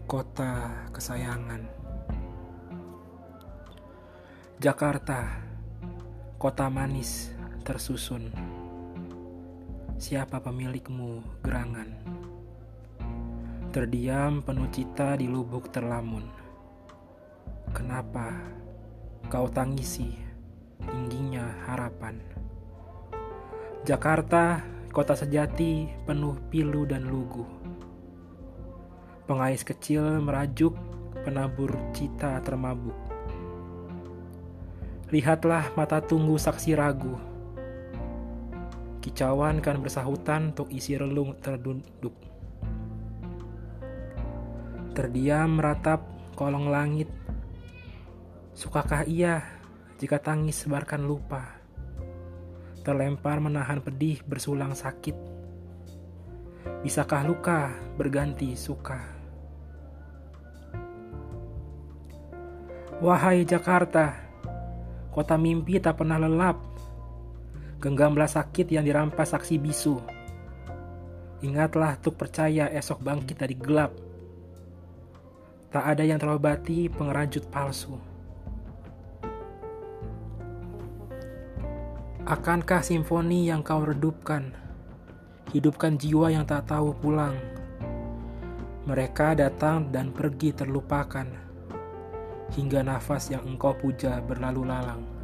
Kota kesayangan. Jakarta, kota manis tersusun. Siapa pemilikmu, gerangan? Terdiam penuh cita di lubuk terlamun. Kenapa kau tangisi tingginya harapan? Jakarta, kota sejati penuh pilu dan lugu. Pengais kecil merajuk, penabur cita termabuk. Lihatlah mata tunggu saksi ragu. Kicauan kan bersahutan untuk isi relung terduduk. Terdiam meratap kolong langit. Sukakah ia jika tangis sebarkan lupa? Terlempar menahan pedih bersulang sakit. Bisakah luka berganti suka? Wahai Jakarta, kota mimpi tak pernah lelap. Genggamlah sakit yang dirampas saksi bisu. Ingatlah untuk percaya esok bangkit dari gelap. Tak ada yang terobati pengerajut palsu. Akankah simfoni yang kau redupkan hidupkan jiwa yang tak tahu pulang? Mereka datang dan pergi terlupakan, hingga nafas yang engkau puja berlalu lalang.